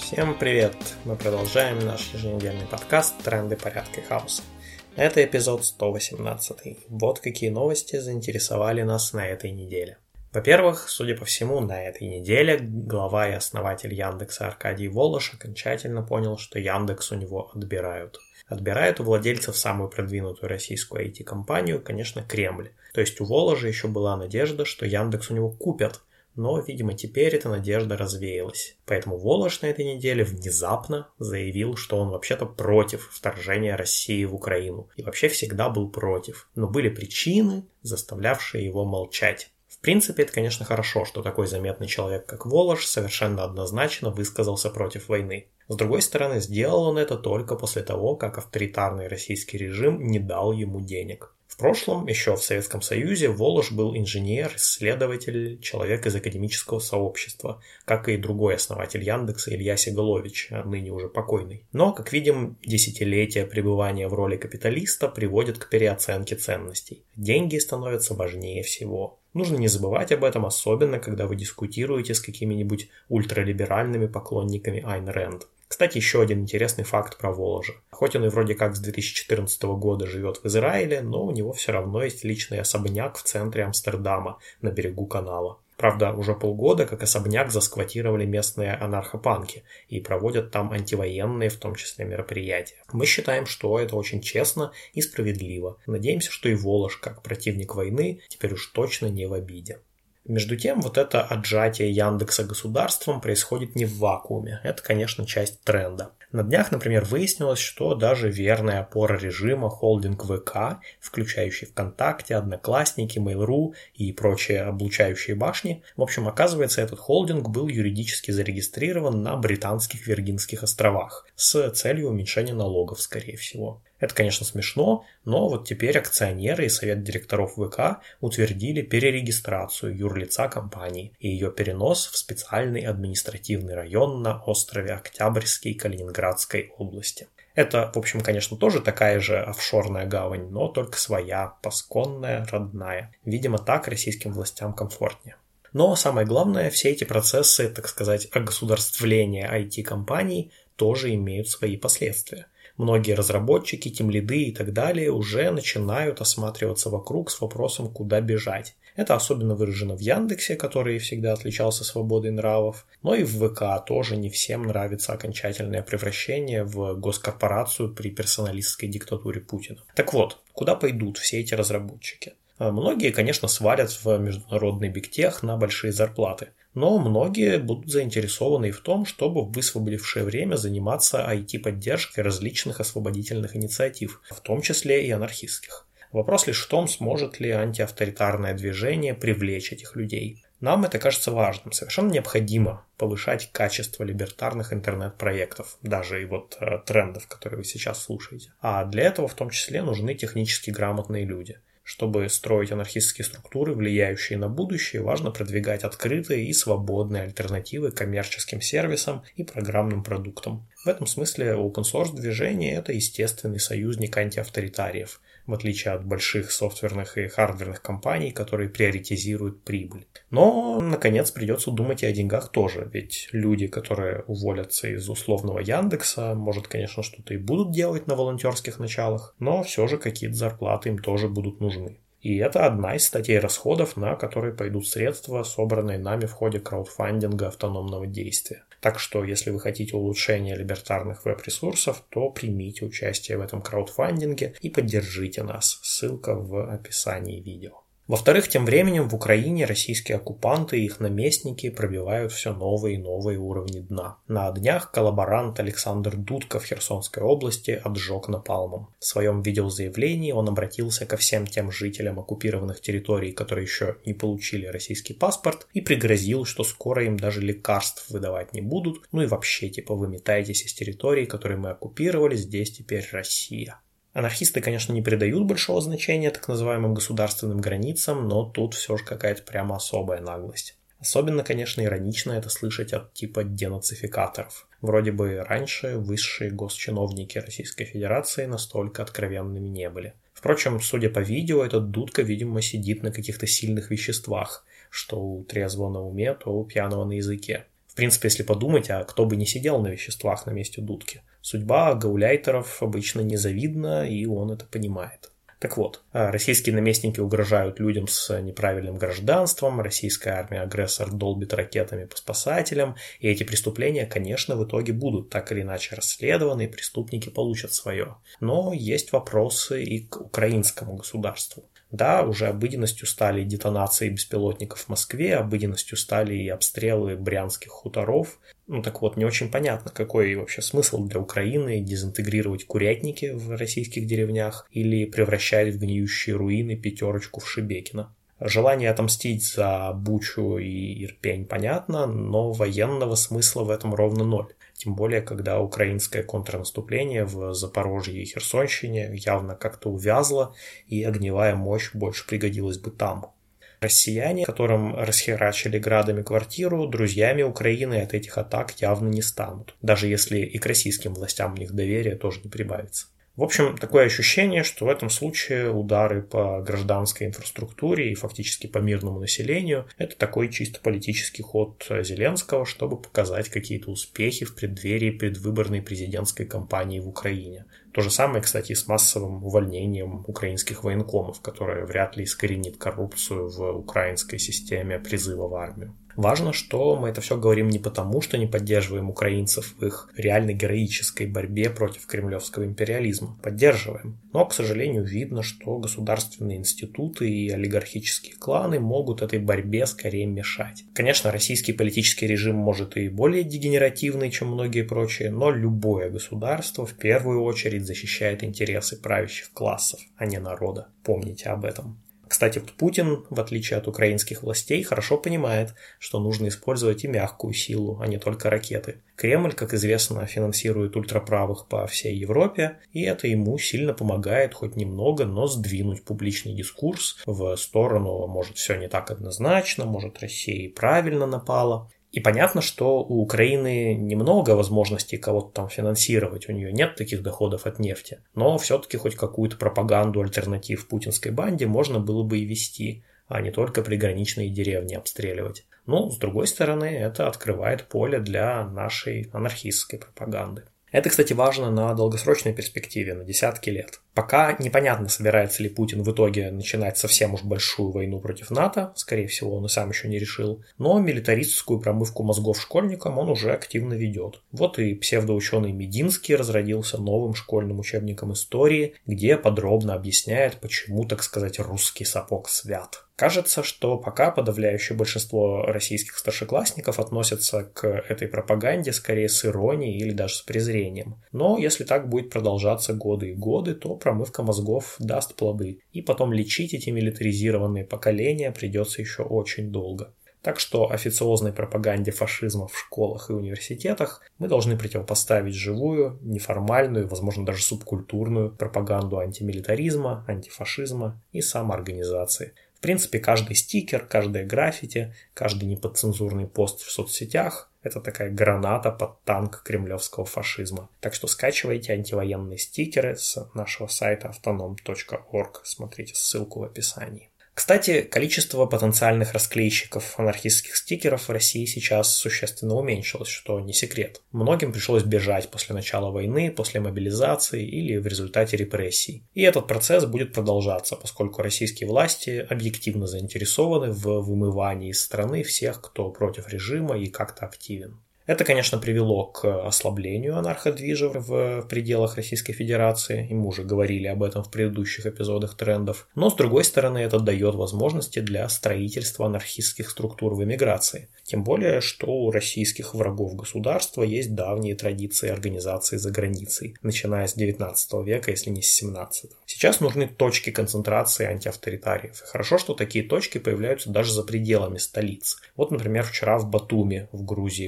Всем привет! Мы продолжаем наш еженедельный подкаст «Тренды порядка и хаоса». Это эпизод 118. Вот какие новости заинтересовали нас на этой неделе. Во-первых, судя по всему, на этой неделе глава и основатель Яндекса Аркадий Волош окончательно понял, что Яндекс у него отбирают. Отбирает у владельцев самую продвинутую российскую IT-компанию, конечно, Кремль. То есть у Воложа еще была надежда, что Яндекс у него купят. Но, видимо, теперь эта надежда развеялась. Поэтому Волош на этой неделе внезапно заявил, что он вообще-то против вторжения России в Украину. И вообще всегда был против. Но были причины, заставлявшие его молчать. В принципе, это, конечно, хорошо, что такой заметный человек, как Волош, совершенно однозначно высказался против войны. С другой стороны, сделал он это только после того, как авторитарный российский режим не дал ему денег. В прошлом, еще в Советском Союзе, Волош был инженер, исследователь, человек из академического сообщества, как и другой основатель Яндекса Илья Сигалович, ныне уже покойный. Но, как видим, десятилетия пребывания в роли капиталиста приводят к переоценке ценностей. Деньги становятся важнее всего. Нужно не забывать об этом, особенно когда вы дискутируете с какими-нибудь ультралиберальными поклонниками Айн Рэнд. Кстати, еще один интересный факт про Воложа. Хоть он и вроде как с 2014 года живет в Израиле, но у него все равно есть личный особняк в центре Амстердама, на берегу канала. Правда, уже полгода как особняк засквотировали местные анархопанки и проводят там антивоенные, в том числе, мероприятия. Мы считаем, что это очень честно и справедливо. Надеемся, что и Волож, как противник войны, теперь уж точно не в обиде. Между тем, вот это отжатие Яндекса государством происходит не в вакууме. Это, конечно, часть тренда. На днях, например, выяснилось, что даже верная опора режима холдинг ВК, включающий ВКонтакте, Одноклассники, Mail.ru и прочие облучающие башни, в общем, оказывается, этот холдинг был юридически зарегистрирован на Британских Виргинских островах с целью уменьшения налогов, скорее всего. Это, конечно, смешно, но вот теперь акционеры и совет директоров ВК утвердили перерегистрацию юрлица компании и ее перенос в специальный административный район на острове Октябрьский Калининградской области. Это, в общем, конечно, тоже такая же офшорная гавань, но только своя, пасконная, родная. Видимо, так российским властям комфортнее. Но самое главное, все эти процессы, так сказать, огосударствления IT-компаний тоже имеют свои последствия. Многие разработчики, тимлиды и так далее уже начинают осматриваться вокруг с вопросом, куда бежать. Это особенно выражено в Яндексе, который всегда отличался свободой нравов, но и в ВК тоже не всем нравится окончательное превращение в госкорпорацию при персоналистской диктатуре Путина. Так вот, куда пойдут все эти разработчики? Многие, конечно, свалят в международный бигтех на большие зарплаты, но многие будут заинтересованы и в том, чтобы в высвободившее время заниматься IT-поддержкой различных освободительных инициатив, в том числе и анархистских. Вопрос лишь в том, сможет ли антиавторитарное движение привлечь этих людей. Нам это кажется важным. Совершенно необходимо повышать качество либертарных интернет-проектов, даже и вот трендов, которые вы сейчас слушаете. А для этого в том числе нужны технически грамотные люди. Чтобы строить анархистские структуры, влияющие на будущее, важно продвигать открытые и свободные альтернативы коммерческим сервисам и программным продуктам. В этом смысле open-source движение – это естественный союзник антиавторитариев, в отличие от больших софтверных и хардверных компаний, которые приоритизируют прибыль. Но, наконец, придется думать и о деньгах тоже, ведь люди, которые уволятся из условного Яндекса, может, конечно, что-то и будут делать на волонтерских началах, но все же какие-то зарплаты им тоже будут нужны. И это одна из статей расходов, на которые пойдут средства, собранные нами в ходе краудфандинга автономного действия. Так что, если вы хотите улучшения либертарных веб-ресурсов, то примите участие в этом краудфандинге и поддержите нас. Ссылка в описании видео. Во-вторых, тем временем в Украине российские оккупанты и их наместники пробивают все новые и новые уровни дна. На днях коллаборант Александр Дудко в Херсонской области отжег напалмом. В своем видеозаявлении он обратился ко всем тем жителям оккупированных территорий, которые еще не получили российский паспорт, и пригрозил, что скоро им даже лекарств выдавать не будут, ну и вообще типа выметайтесь из территорий, которые мы оккупировали, здесь теперь Россия. Анархисты, конечно, не придают большого значения так называемым государственным границам, но тут все же какая-то прямо особая наглость. Особенно, конечно, иронично это слышать от типа денацификаторов. Вроде бы раньше высшие госчиновники Российской Федерации настолько откровенными не были. Впрочем, судя по видео, этот Дудка, видимо, сидит на каких-то сильных веществах, что у трезвого на уме, то у пьяного на языке. В принципе, если подумать, а кто бы не сидел на веществах на месте Дудки? Судьба гауляйтеров обычно незавидна, и он это понимает. Так вот, российские наместники угрожают людям с неправильным гражданством, российская армия-агрессор долбит ракетами по спасателям, и эти преступления, конечно, в итоге будут так или иначе расследованы, и преступники получат свое. Но есть вопросы и к украинскому государству. Да, уже обыденностью стали детонации беспилотников в Москве, обыденностью стали и обстрелы брянских хуторов. Так вот, не очень понятно, какой вообще смысл для Украины дезинтегрировать курятники в российских деревнях или превращать в гниющие руины пятерочку в Шебекино. Желание отомстить за Бучу и Ирпень понятно, но военного смысла в этом ровно ноль. Тем более, когда украинское контрнаступление в Запорожье и Херсонщине явно как-то увязло, и огневая мощь больше пригодилась бы там. Россияне, которым расхерачили градами квартиру, друзьями Украины от этих атак явно не станут, даже если и к российским властям у них доверия тоже не прибавится. В общем, такое ощущение, что в этом случае удары по гражданской инфраструктуре и фактически по мирному населению – это такой чисто политический ход Зеленского, чтобы показать какие-то успехи в преддверии предвыборной президентской кампании в Украине. То же самое, кстати, и с массовым увольнением украинских военкомов, которое вряд ли искоренит коррупцию в украинской системе призыва в армию. Важно, что мы это все говорим не потому, что не поддерживаем украинцев в их реально героической борьбе против кремлевского империализма. Поддерживаем. Но, к сожалению, видно, что государственные институты и олигархические кланы могут этой борьбе скорее мешать. Конечно, российский политический режим может и более дегенеративный, чем многие прочие, но любое государство в первую очередь защищает интересы правящих классов, а не народа. Помните об этом. Кстати, Путин, в отличие от украинских властей, хорошо понимает, что нужно использовать и мягкую силу, а не только ракеты. Кремль, как известно, финансирует ультраправых по всей Европе, и это ему сильно помогает хоть немного, но сдвинуть публичный дискурс в сторону, может, все не так однозначно, может, Россия правильно напала. И понятно, что у Украины немного возможностей кого-то там финансировать, у нее нет таких доходов от нефти, но все-таки хоть какую-то пропаганду альтернатив путинской банде можно было бы и вести, а не только приграничные деревни обстреливать. Но, с другой стороны, это открывает поле для нашей анархистской пропаганды. Это, кстати, важно на долгосрочной перспективе, на десятки лет. Пока непонятно, собирается ли Путин в итоге начинать совсем уж большую войну против НАТО, скорее всего, он и сам еще не решил, но милитаристскую промывку мозгов школьникам он уже активно ведет. Вот и псевдоученый Мединский разродился новым школьным учебником истории, где подробно объясняет, почему, так сказать, русский сапог свят. Кажется, что пока подавляющее большинство российских старшеклассников относятся к этой пропаганде скорее с иронией или даже с презрением. Но если так будет продолжаться годы и годы, то промывка мозгов даст плоды. И потом лечить эти милитаризированные поколения придется еще очень долго. Так что официозной пропаганде фашизма в школах и университетах мы должны противопоставить живую, неформальную, возможно, даже субкультурную пропаганду антимилитаризма, антифашизма и самоорганизации. В принципе, каждый стикер, каждое граффити, каждый неподцензурный пост в соцсетях – это такая граната под танк кремлевского фашизма. Так что скачивайте антивоенные стикеры с нашего сайта autonom.org. Смотрите ссылку в описании. Кстати, количество потенциальных расклейщиков анархистских стикеров в России сейчас существенно уменьшилось, что не секрет. Многим пришлось бежать после начала войны, после мобилизации или в результате репрессий. И этот процесс будет продолжаться, поскольку российские власти объективно заинтересованы в вымывании из страны всех, кто против режима и как-то активен. Это, конечно, привело к ослаблению анарходвижа в пределах Российской Федерации, и мы уже говорили об этом в предыдущих эпизодах трендов, но, с другой стороны, это дает возможности для строительства анархистских структур в эмиграции. Тем более, что у российских врагов государства есть давние традиции организации за границей, начиная с 19 века, если не с 17. Сейчас нужны точки концентрации антиавторитариев. И хорошо, что такие точки появляются даже за пределами столиц. Вот, например, вчера в Батуми, в Грузии, прошел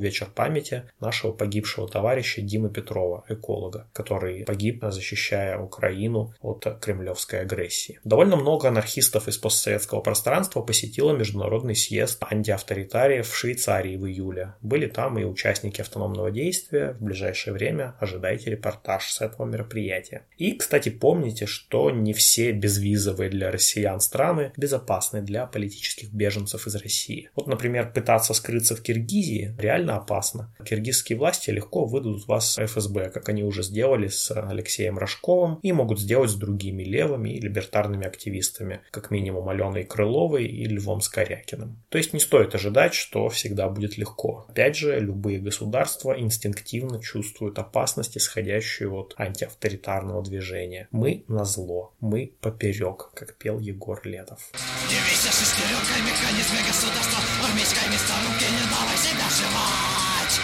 вечер памяти нашего погибшего товарища Димы Петрова, эколога, который погиб, защищая Украину от кремлевской агрессии. Довольно много анархистов из постсоветского пространства посетило Международный съезд антиавторитариев в Швейцарии в июле. Были там и участники автономного действия. В ближайшее время ожидайте репортаж с этого мероприятия. И, кстати, помните, что не все безвизовые для россиян страны безопасны для политических беженцев из России. Вот, например, пытаться скрыться в Киргизии реально опасно. Киргизские власти легко выдадут вас ФСБ, как они уже сделали с Алексеем Рожковым, и могут сделать с другими левыми и либертарными активистами, как минимум Аленой Крыловой и Львом Скорякиным. То есть не стоит ожидать, что всегда будет легко. Опять же, любые государства инстинктивно чувствуют опасность, исходящую от антиавторитарного движения. Мы назло, мы поперек, как пел Егор Летов. Дивися шестеренкой, механизме государства, армейской мясорубки, не давай себя жевать!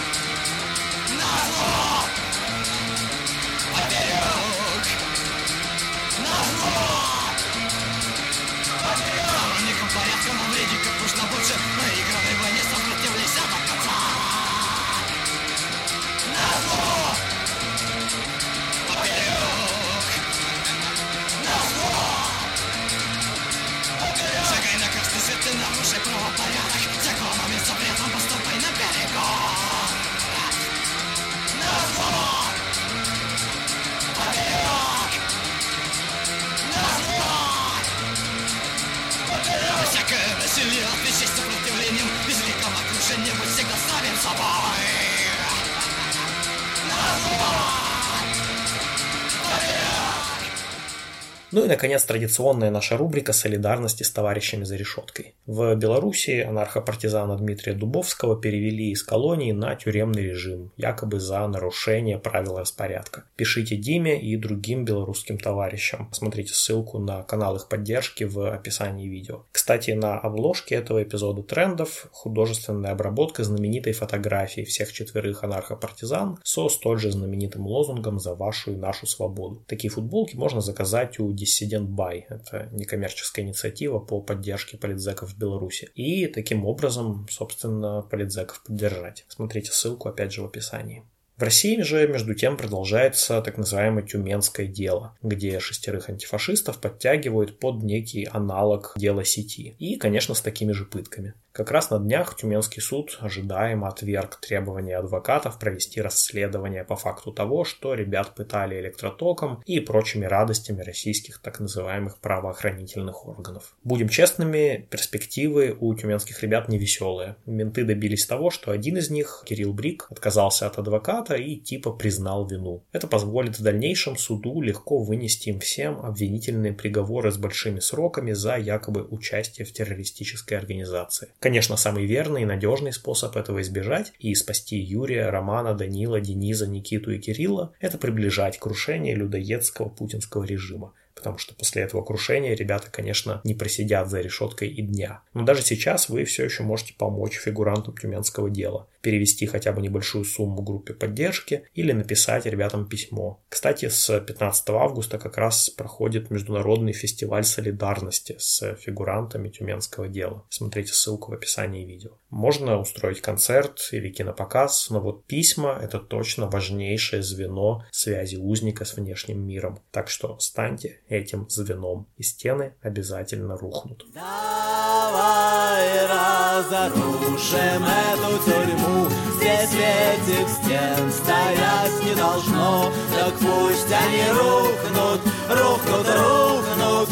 Назло! Поперек! Назло! Поперек! Сторонникам порядка навреди как можно больше, проигранной войне сопротивляйся до конца! Назло! Поперек! Назло! Шагай на красный свет, ты нарушай правопорядок. Законами запретом поступай на берегу. Назло! Поперек! Назло! Поперек! Всякое насилие отвечай сопротивлением. Безликого крушения мы всегда ставим собой. Назло! Ну и, наконец, традиционная наша рубрика солидарности с товарищами за решеткой. В Беларуси анархопартизана Дмитрия Дубовского перевели из колонии на тюремный режим, якобы за нарушение правил распорядка. Пишите Диме и другим белорусским товарищам. Смотрите ссылку на канал их поддержки в описании видео. Кстати, на обложке этого эпизода трендов художественная обработка знаменитой фотографии всех 4 анархопартизан со столь же знаменитым лозунгом «За вашу и нашу свободу». Такие футболки можно заказать у Dissident Buy. Это некоммерческая инициатива по поддержке политзеков в Беларуси. И таким образом, собственно, политзеков поддержать. Смотрите ссылку опять же в описании. В России же, между тем, продолжается так называемое тюменское дело, где 6 антифашистов подтягивают под некий аналог дела сети. И, конечно, с такими же пытками. Как раз на днях Тюменский суд ожидаемо отверг требования адвокатов провести расследование по факту того, что ребят пытали электротоком и прочими радостями российских так называемых правоохранительных органов. Будем честными, перспективы у тюменских ребят невеселые. Менты добились того, что один из них, Кирилл Брик, отказался от адвоката и типа признал вину. Это позволит в дальнейшем суду легко вынести им всем обвинительные приговоры с большими сроками за якобы участие в террористической организации. Конечно, самый верный и надежный способ этого избежать и спасти Юрия, Романа, Данила, Дениза, Никиту и Кирилла – это приближать крушение людоедского путинского режима. Потому что после этого крушения ребята, конечно, не просидят за решеткой и дня. Но даже сейчас вы все еще можете помочь фигурантам тюменского дела. Перевести хотя бы небольшую сумму группе поддержки или написать ребятам письмо. Кстати, с 15 августа как раз проходит международный фестиваль солидарности с фигурантами тюменского дела. Смотрите ссылку в описании видео. Можно устроить концерт или кинопоказ, но вот письма – это точно важнейшее звено связи узника с внешним миром. Так что станьте этим звеном, и стены обязательно рухнут. Давай разрушим эту тюрьму, здесь этих стен стоять не должно. Так пусть они рухнут, рухнут, рухнут,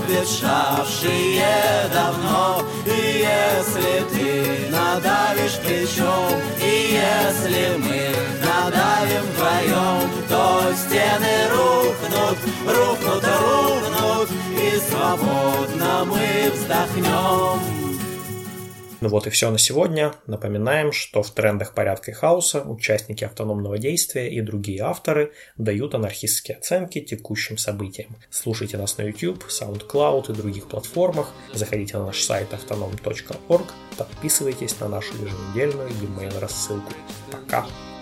обветшавшие давно. И если ты надавишь плечом, и если мы надавим вдвоем, то стены рухнут, рухнут, рухнут, и свободно мы вздохнем. Ну вот и все на сегодня. Напоминаем, что в трендах порядка и хаоса участники автономного действия и другие авторы дают анархистские оценки текущим событиям. Слушайте нас на YouTube, SoundCloud и других платформах. Заходите на наш сайт autonom.org. Подписывайтесь на нашу еженедельную e-mail рассылку. Пока!